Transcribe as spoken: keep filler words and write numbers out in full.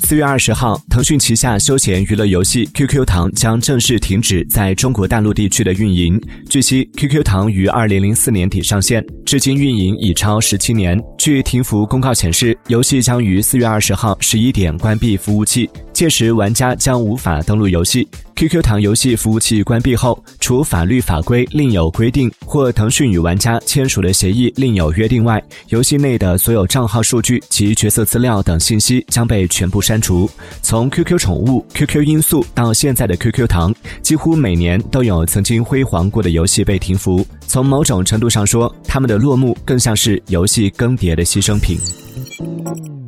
四月二十号，腾讯旗下休闲娱乐游戏 Q Q 糖将正式停止在中国大陆地区的运营。据悉 ，Q Q 糖于二零零四年底上线，至今运营已超十七年。据停服公告显示，游戏将于四月二十号十一点关闭服务器，届时玩家将无法登录游戏。Q Q 糖游戏服务器关闭后，除法律法规另有规定或腾讯与玩家签署的协议另有约定外，游戏内的所有账号数据及角色资料等信息将被全部删除。从 Q Q 宠物、Q Q 音速到现在的 Q Q 糖，几乎每年都有曾经辉煌过的游戏被停服。从某种程度上说，他们的落幕更像是游戏更迭的牺牲品。